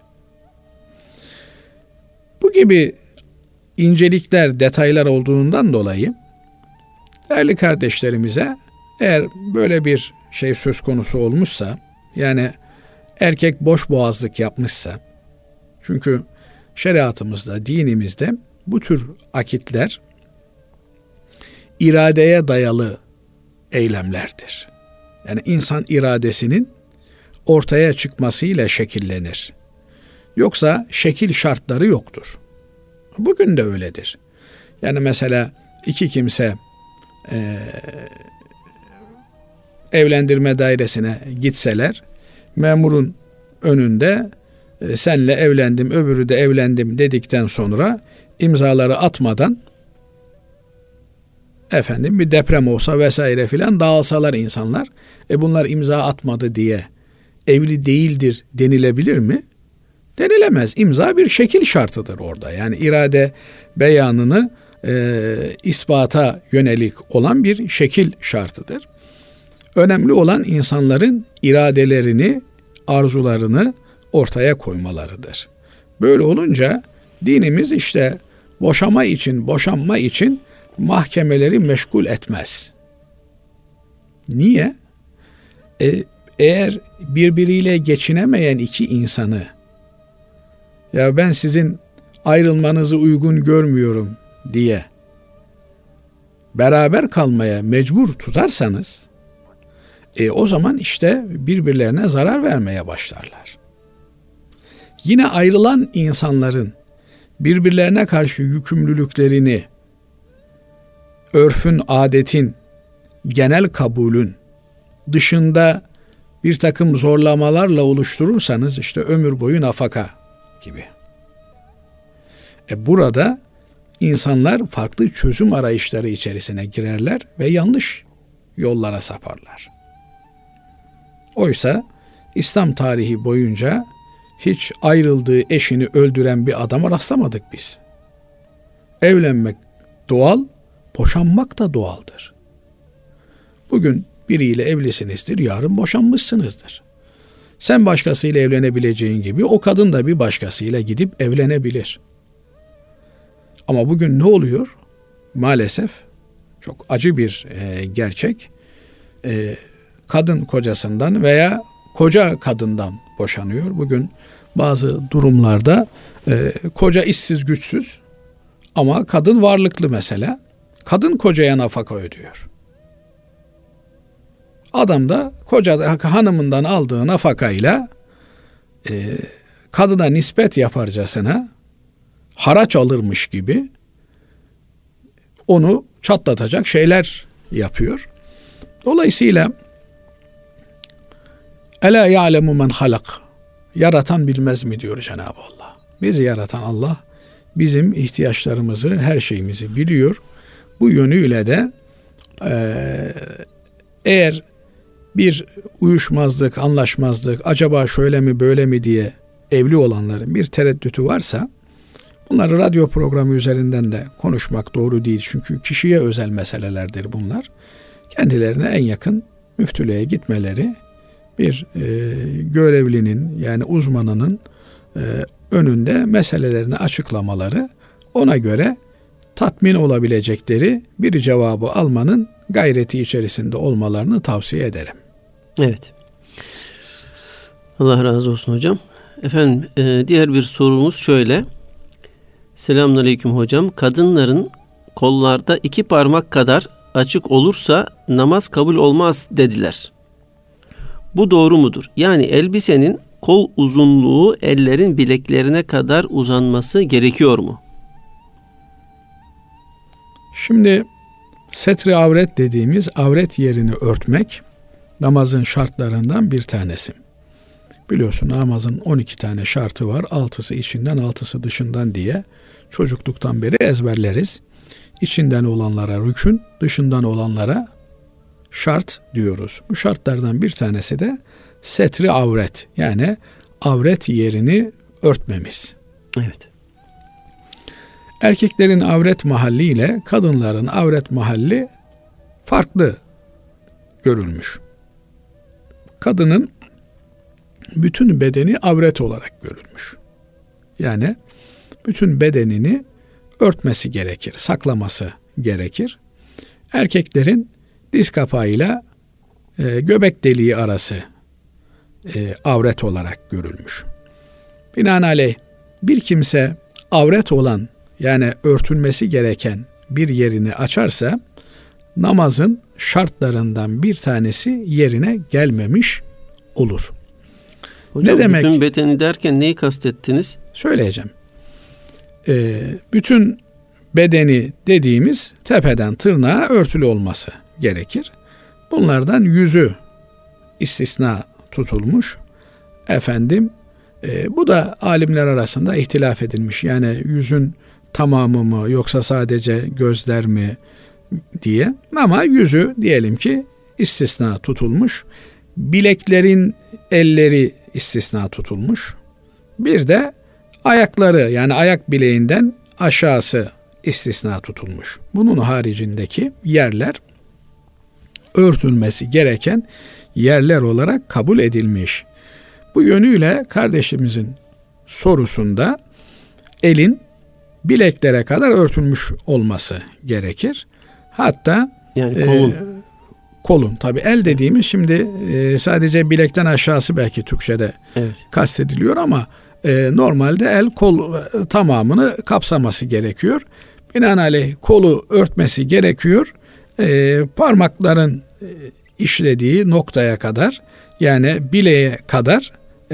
Bu gibi incelikler, detaylar olduğundan dolayı değerli kardeşlerimize, eğer böyle bir şey söz konusu olmuşsa, yani erkek boş boğazlık yapmışsa, çünkü şeriatımızda, dinimizde bu tür akitler iradeye dayalı eylemlerdir. Yani insan iradesinin ortaya çıkmasıyla şekillenir. Yoksa şekil şartları yoktur. Bugün de öyledir. Yani mesela iki kimse evlendirme dairesine gitseler, memurun önünde senle evlendim, öbürü de evlendim dedikten sonra imzaları atmadan bir deprem olsa vesaire filan dağılsalar insanlar, bunlar imza atmadı diye evli değildir denilebilir mi? Denilemez. İmza bir şekil şartıdır orada. Yani irade beyanını ispata yönelik olan bir şekil şartıdır. Önemli olan insanların iradelerini, arzularını ortaya koymalarıdır. Böyle olunca dinimiz işte boşanma için mahkemeleri meşgul etmez. Niye? Eğer birbiriyle geçinemeyen iki insanı, ya ben sizin ayrılmanızı uygun görmüyorum diye beraber kalmaya mecbur tutarsanız o zaman işte birbirlerine zarar vermeye başlarlar. Yine ayrılan insanların birbirlerine karşı yükümlülüklerini örfün, adetin, genel kabulün dışında bir takım zorlamalarla oluşturursanız işte ömür boyu nafaka gibi. Burada insanlar farklı çözüm arayışları içerisine girerler ve yanlış yollara saparlar. Oysa İslam tarihi boyunca hiç ayrıldığı eşini öldüren bir adama rastlamadık biz. Evlenmek doğal, boşanmak da doğaldır. Bugün biriyle evlisinizdir, yarın boşanmışsınızdır. Sen başkasıyla evlenebileceğin gibi o kadın da bir başkasıyla gidip evlenebilir. Ama bugün ne oluyor? Maalesef çok acı bir gerçek. Kadın kocasından veya koca kadından boşanıyor. Bugün bazı durumlarda koca işsiz güçsüz ama kadın varlıklı mesela. Kadın kocaya nafaka ödüyor. Adam da hanımından aldığı nafakayla kadına nispet yaparcasına haraç alırmış gibi onu çatlatacak şeyler yapıyor. Dolayısıyla Ela ya'lemu men halak. Yaratan bilmez mi diyor Cenab-ı Allah. Bizi yaratan Allah bizim ihtiyaçlarımızı, her şeyimizi biliyor. Bu yönüyle de eğer bir uyuşmazlık, anlaşmazlık, acaba şöyle mi böyle mi diye evli olanların bir tereddütü varsa bunları radyo programı üzerinden de konuşmak doğru değil. Çünkü kişiye özel meselelerdir bunlar. Kendilerine en yakın müftülüğe gitmeleri, bir görevlinin yani uzmanının önünde meselelerini açıklamaları, ona göre tatmin olabilecekleri bir cevabı almanın gayreti içerisinde olmalarını tavsiye ederim. Evet. Allah razı olsun hocam. Efendim diğer bir sorumuz şöyle. Selamünaleyküm hocam. Kadınların kollarda 2 parmak kadar açık olursa namaz kabul olmaz dediler. Bu doğru mudur? Yani elbisenin kol uzunluğu ellerin bileklerine kadar uzanması gerekiyor mu? Şimdi setri avret dediğimiz avret yerini örtmek namazın şartlarından bir tanesi. Biliyorsun namazın 12 tane şartı var. 6'sı içinden 6'sı dışından diye çocukluktan beri ezberleriz. İçinden olanlara rükün, dışından olanlara şart diyoruz. Bu şartlardan bir tanesi de setri avret, yani avret yerini örtmemiz. Evet. Erkeklerin avret mahalli ile kadınların avret mahalli farklı görülmüş. Kadının bütün bedeni avret olarak görülmüş. Yani bütün bedenini örtmesi gerekir, saklaması gerekir. Erkeklerin diz kapağıyla göbek deliği arası avret olarak görülmüş. Binaenaleyh bir kimse avret olan, yani örtülmesi gereken bir yerini açarsa namazın şartlarından bir tanesi yerine gelmemiş olur. Hocam ne demek? Bütün bedeni derken neyi kastettiniz? Söyleyeceğim. Bütün bedeni dediğimiz tepeden tırnağa örtülü olması gerekir. Bunlardan yüzü istisna tutulmuş. Bu da alimler arasında ihtilaf edilmiş. Yani yüzün tamamı mı yoksa sadece gözler mi diye. Ama yüzü diyelim ki istisna tutulmuş. Bileklerin elleri istisna tutulmuş. Bir de ayakları, yani ayak bileğinden aşağısı istisna tutulmuş. Bunun haricindeki yerler örtülmesi gereken yerler olarak kabul edilmiş. Bu yönüyle kardeşimizin sorusunda elin bileklere kadar örtülmüş olması gerekir. Hatta yani kolun. Tabii el dediğimiz şimdi sadece bilekten aşağısı belki Türkçe'de kastediliyor ama normalde el kol tamamını kapsaması gerekiyor. Binaenaleyh kolu örtmesi gerekiyor. Parmakların işlediği noktaya kadar, yani bileğe kadar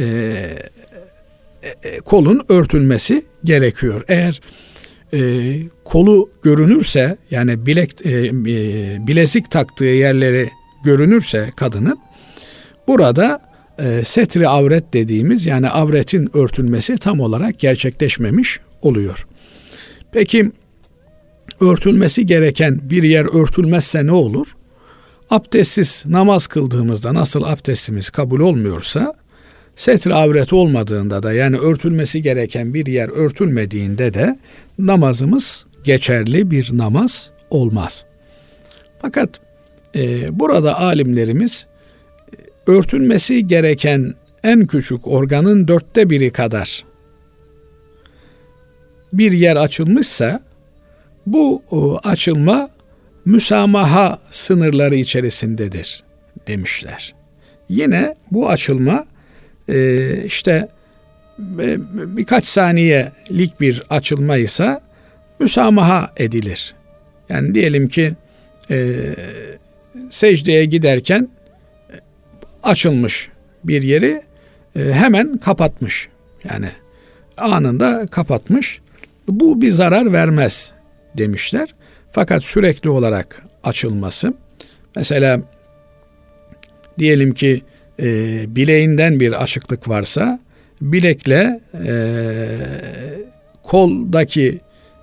kolun örtülmesi gerekiyor. Eğer kolu görünürse, yani bilezik taktığı yerleri görünürse kadının, burada setri avret dediğimiz, yani avretin örtülmesi tam olarak gerçekleşmemiş oluyor. Peki örtülmesi gereken bir yer örtülmezse ne olur? Abdestsiz namaz kıldığımızda nasıl abdestimiz kabul olmuyorsa, setri avret olmadığında da, yani örtülmesi gereken bir yer örtülmediğinde de namazımız geçerli bir namaz olmaz. Fakat burada alimlerimiz örtülmesi gereken en küçük organın 1/4 kadar bir yer açılmışsa, bu açılma müsamaha sınırları içerisindedir demişler. Yine bu açılma işte birkaç saniyelik bir açılma ise müsamaha edilir. Yani diyelim ki secdeye giderken açılmış bir yeri hemen kapatmış. Yani anında kapatmış. Bu bir zarar vermez demişler. Fakat sürekli olarak açılması, mesela diyelim ki bileğinden bir açıklık varsa, bilekle koldaki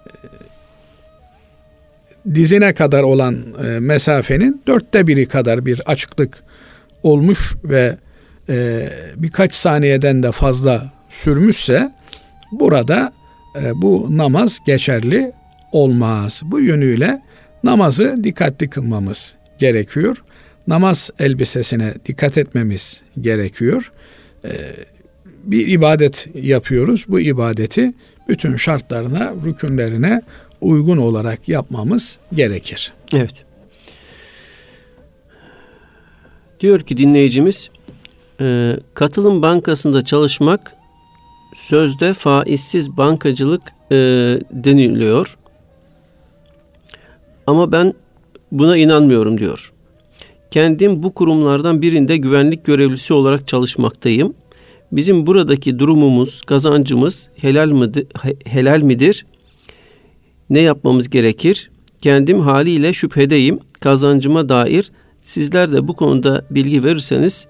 dizine kadar olan mesafenin 1/4 kadar bir açıklık olmuş ve birkaç saniyeden de fazla sürmüşse, burada bu namaz geçerli olmaz. Bu yönüyle namazı dikkatli kılmamız gerekiyor. Namaz elbisesine dikkat etmemiz gerekiyor. Bir ibadet yapıyoruz. Bu ibadeti bütün şartlarına, rükünlerine uygun olarak yapmamız gerekir. Evet. Diyor ki dinleyicimiz, katılım bankasında çalışmak sözde faizsiz bankacılık deniliyor. Ama ben buna inanmıyorum diyor. Kendim bu kurumlardan birinde güvenlik görevlisi olarak çalışmaktayım. Bizim buradaki durumumuz, kazancımız helal midir? Ne yapmamız gerekir? Kendim haliyle şüphedeyim kazancıma dair. Sizler de bu konuda bilgi verirseniz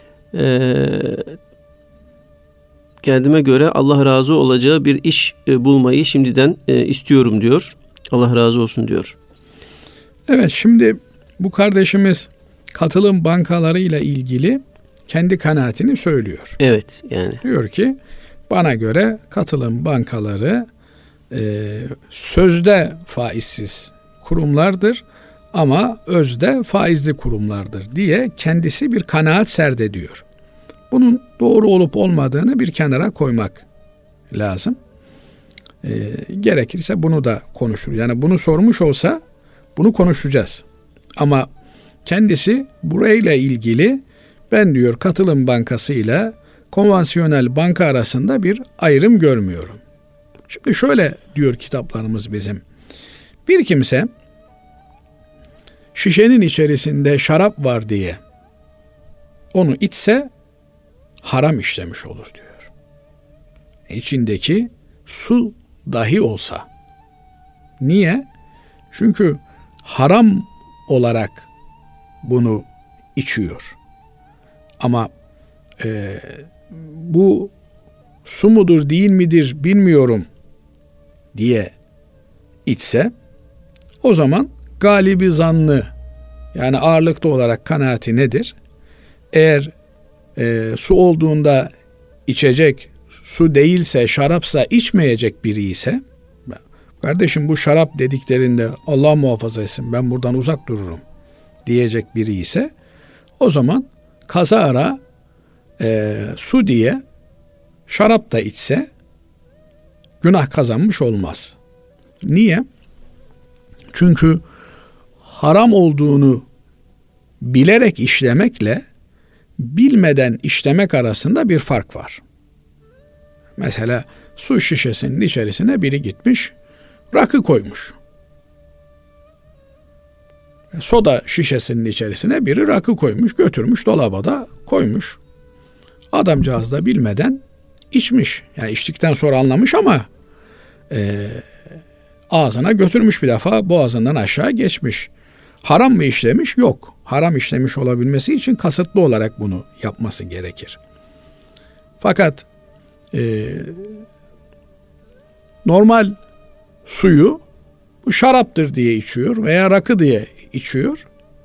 kendime göre Allah razı olacağı bir iş bulmayı şimdiden istiyorum diyor. Allah razı olsun diyor. Evet, şimdi bu kardeşimiz katılım bankaları ile ilgili kendi kanaatini söylüyor. Evet, yani. Diyor ki bana göre katılım bankaları sözde faizsiz kurumlardır ama özde faizli kurumlardır diye kendisi bir kanaat serdediyor. Bunun doğru olup olmadığını bir kenara koymak lazım. Gerekirse bunu da konuşur. Yani bunu sormuş olsa bunu konuşacağız. Ama kendisi burayla ilgili ben diyor katılım bankası ile konvansiyonel banka arasında bir ayrım görmüyorum. Şimdi şöyle diyor kitaplarımız bizim. Bir kimse şişenin içerisinde şarap var diye onu içse haram işlemiş olur diyor. İçindeki su dahi olsa. Niye? Çünkü haram olarak bunu içiyor. Ama bu su mudur değil midir bilmiyorum diye içse, o zaman galibi zannı, yani ağırlıklı olarak kanaati nedir? Eğer su olduğunda içecek, su değilse, şarapsa içmeyecek biri ise, kardeşim bu şarap dediklerinde Allah muhafaza etsin ben buradan uzak dururum diyecek biri ise, o zaman kazara su diye şarap da içse günah kazanmış olmaz. Niye? Çünkü haram olduğunu bilerek işlemekle bilmeden işlemek arasında bir fark var. Mesela su şişesinin içerisine biri gitmiş, rakı koymuş. Soda şişesinin içerisine biri rakı koymuş, götürmüş dolaba da koymuş. Adamcağız da bilmeden içmiş. Yani içtikten sonra anlamış ama ağzına götürmüş bir defa, boğazından aşağı geçmiş. Haram mı işlemiş? Yok. Haram işlemiş olabilmesi için kasıtlı olarak bunu yapması gerekir. Fakat normal suyu bu şaraptır diye içiyor veya rakı diye içiyor.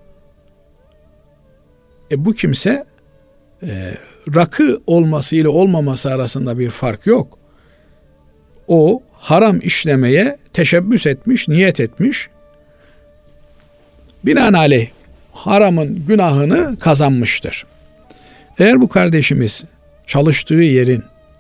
Bu kimse rakı olması ile olmaması arasında bir fark yok. O haram işlemeye teşebbüs etmiş, niyet etmiş. Binaenaleyh haramın günahını kazanmıştır. Eğer bu kardeşimiz çalıştığı yerin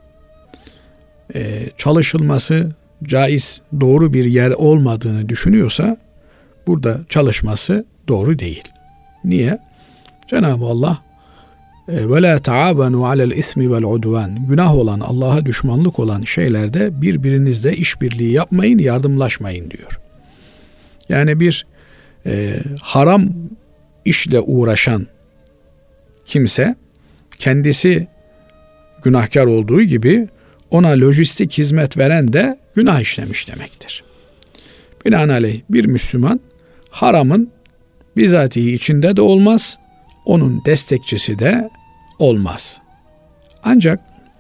çalışılması caiz, doğru bir yer olmadığını düşünüyorsa burada çalışması doğru değil. Niye? Cenab-ı Allah ve la taavenu alel ismi vel udvan, günah olan, Allah'a düşmanlık olan şeylerde birbirinizle işbirliği yapmayın, yardımlaşmayın diyor. Yani bir haram işle uğraşan kimse kendisi günahkar olduğu gibi ona lojistik hizmet veren de günah işlemiş demektir. Binaenaleyh bir Müslüman haramın bizatihi içinde de olmaz, onun destekçisi de olmaz. Ancak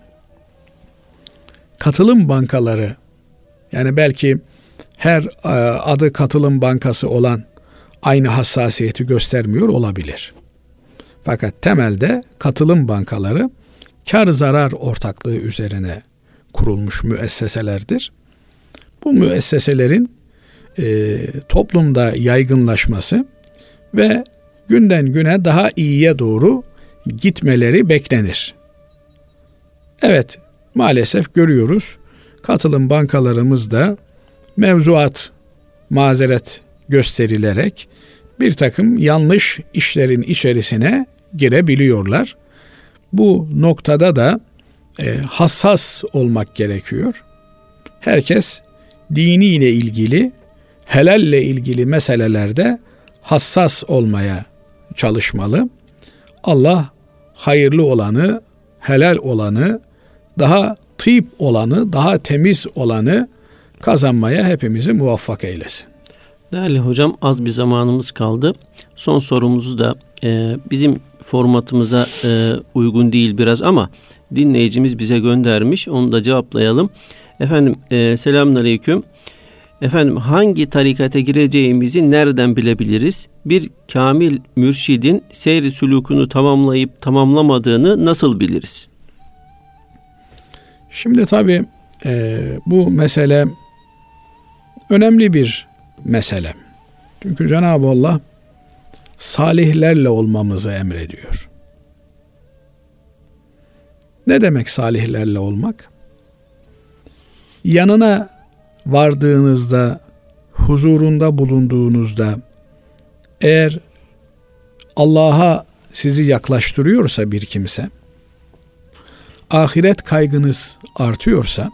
katılım bankaları, yani belki her adı katılım bankası olan aynı hassasiyeti göstermiyor olabilir. Fakat temelde katılım bankaları kar zarar ortaklığı üzerine kurulmuş müesseselerdir. Bu müesseselerin toplumda yaygınlaşması ve günden güne daha iyiye doğru gitmeleri beklenir. Evet, maalesef görüyoruz. Katılım bankalarımızda mevzuat mazeret gösterilerek bir takım yanlış işlerin içerisine girebiliyorlar. Bu noktada da hassas olmak gerekiyor. Herkes diniyle ilgili, helalle ilgili meselelerde hassas olmaya çalışmalı. Allah hayırlı olanı, helal olanı, daha tıyip olanı, daha temiz olanı kazanmaya hepimizi muvaffak eylesin. Değerli hocam, az bir zamanımız kaldı. Son sorumuzu da bizim formatımıza uygun değil biraz ama dinleyicimiz bize göndermiş. Onu da cevaplayalım. Efendim selamünaleyküm. Efendim hangi tarikate gireceğimizi nereden bilebiliriz? Bir kamil mürşidin seyri sülûkunu tamamlayıp tamamlamadığını nasıl biliriz? Şimdi tabii bu mesele önemli bir mesele. Çünkü Cenab-ı Allah salihlerle olmamızı emrediyor. Ne demek salihlerle olmak? Yanına vardığınızda, huzurunda bulunduğunuzda eğer Allah'a sizi yaklaştırıyorsa bir kimse, ahiret kaygınız artıyorsa,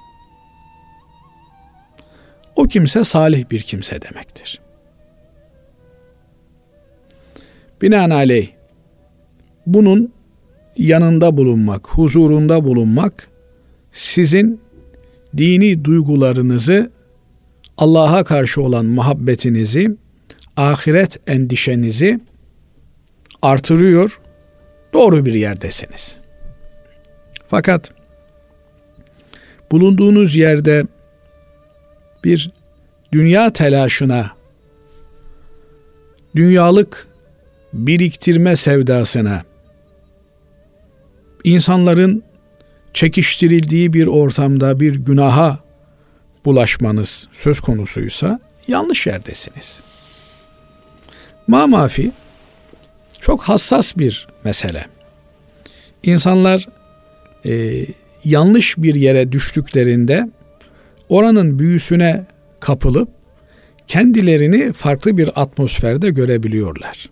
o kimse salih bir kimse demektir. Binaenaleyh bunun yanında bulunmak, huzurunda bulunmak sizin dini duygularınızı, Allah'a karşı olan muhabbetinizi, ahiret endişenizi artırıyor, doğru bir yerdesiniz. Fakat bulunduğunuz yerde bir dünya telaşına, dünyalık biriktirme sevdasına, insanların çekiştirildiği bir ortamda bir günaha bulaşmanız söz konusuysa yanlış yerdesiniz. Mamafi çok hassas bir mesele. İnsanlar yanlış bir yere düştüklerinde oranın büyüsüne kapılıp kendilerini farklı bir atmosferde görebiliyorlar.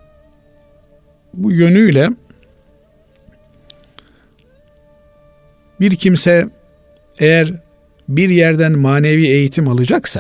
Bu yönüyle bir kimse eğer bir yerden manevi eğitim alacaksa,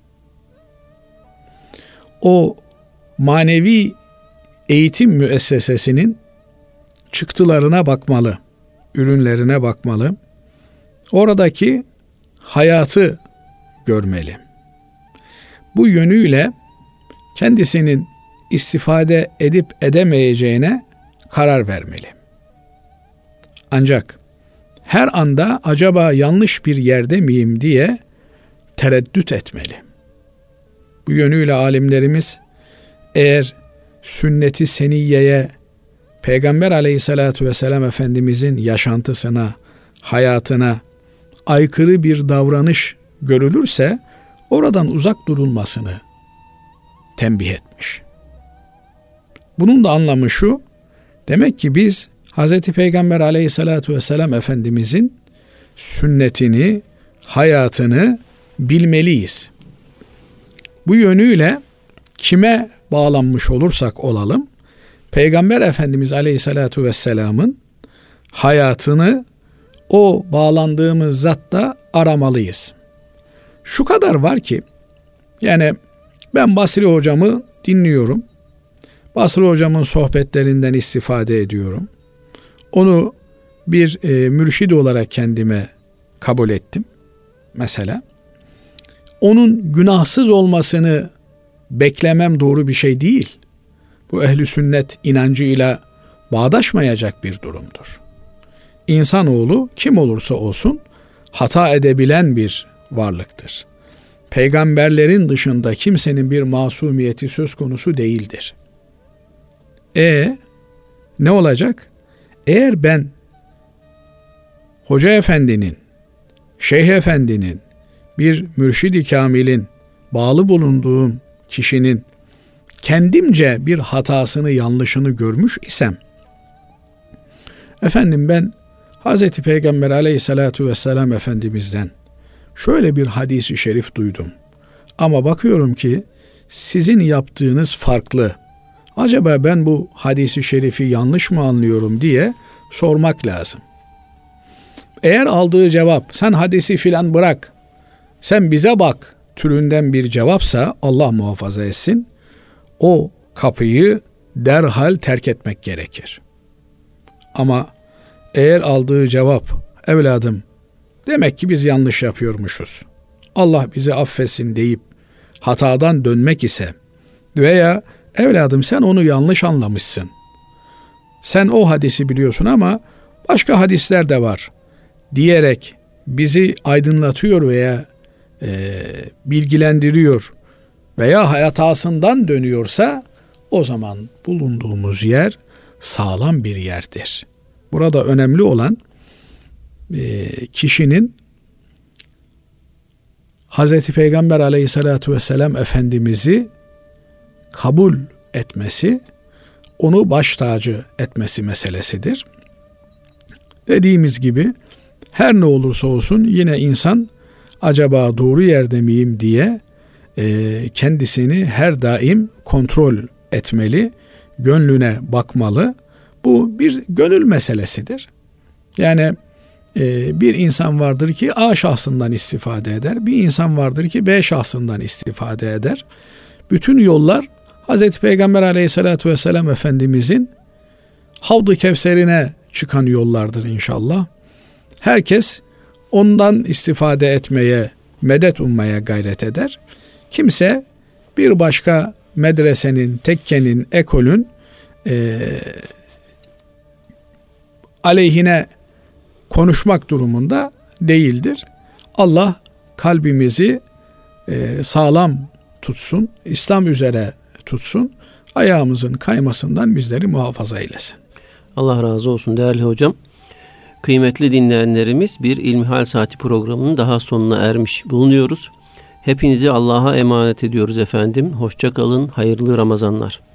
o manevi eğitim müessesesinin çıktılarına bakmalı, ürünlerine bakmalı, oradaki hayatı görmeli. Bu yönüyle kendisinin istifade edip edemeyeceğine karar vermeli. Ancak her anda acaba yanlış bir yerde miyim diye tereddüt etmeli. Bu yönüyle alimlerimiz eğer sünnet-i seniyyeye, Peygamber aleyhissalatu vesselam Efendimizin yaşantısına, hayatına aykırı bir davranış görülürse oradan uzak durulmasını tembih etmiş. Bunun da anlamı şu, demek ki biz Hz. Peygamber aleyhissalatu vesselam Efendimizin sünnetini, hayatını bilmeliyiz. Bu yönüyle kime bağlanmış olursak olalım, Peygamber Efendimiz aleyhissalatu vesselamın hayatını o bağlandığımız zatta aramalıyız. Şu kadar var ki, yani ben Basri hocamı dinliyorum. Basri hocamın sohbetlerinden istifade ediyorum. Onu bir mürşid olarak kendime kabul ettim. Mesela onun günahsız olmasını beklemem doğru bir şey değil. Bu ehli sünnet inancıyla bağdaşmayacak bir durumdur. İnsanoğlu kim olursa olsun hata edebilen bir varlıktır. Peygamberlerin dışında kimsenin bir masumiyeti söz konusu değildir. Ne olacak? Eğer ben Hoca Efendi'nin, Şeyh Efendi'nin, bir mürşid-i kamilin, bağlı bulunduğum kişinin kendimce bir hatasını, yanlışını görmüş isem, efendim ben Hz. Peygamber aleyhissalatu vesselam Efendimiz'den şöyle bir hadis-i şerif duydum. Ama bakıyorum ki sizin yaptığınız farklı. Acaba ben bu hadis-i şerifi yanlış mı anlıyorum diye sormak lazım. Eğer aldığı cevap sen hadisi filan bırak, sen bize bak türünden bir cevapsa Allah muhafaza etsin, o kapıyı derhal terk etmek gerekir. Ama eğer aldığı cevap evladım demek ki biz yanlış yapıyormuşuz, Allah bizi affetsin deyip hatadan dönmek ise veya evladım sen onu yanlış anlamışsın, sen o hadisi biliyorsun ama başka hadisler de var diyerek bizi aydınlatıyor veya bilgilendiriyor veya hatasından dönüyorsa o zaman bulunduğumuz yer sağlam bir yerdir. Burada önemli olan kişinin Hz. Peygamber aleyhissalatu vesselam Efendimiz'i kabul etmesi, onu baş tacı etmesi meselesidir. Dediğimiz gibi her ne olursa olsun yine insan acaba doğru yerde miyim diye kendisini her daim kontrol etmeli, gönlüne bakmalı. Bu bir gönül meselesidir. Yani bir insan vardır ki A şahsından istifade eder, bir insan vardır ki B şahsından istifade eder. Bütün yollar Hz. Peygamber aleyhissalatu vesselam Efendimizin Havd-ı Kevser'ine çıkan yollardır inşallah. Herkes ondan istifade etmeye, medet ummaya gayret eder. Kimse bir başka medresenin, tekkenin, ekolün aleyhine konuşmak durumunda değildir. Allah kalbimizi sağlam tutsun, İslam üzere tutsun, ayağımızın kaymasından bizleri muhafaza eylesin. Allah razı olsun değerli hocam. Kıymetli dinleyenlerimiz, bir İlmihal Saati programının daha sonuna ermiş bulunuyoruz. Hepinizi Allah'a emanet ediyoruz efendim. Hoşça kalın, hayırlı Ramazanlar.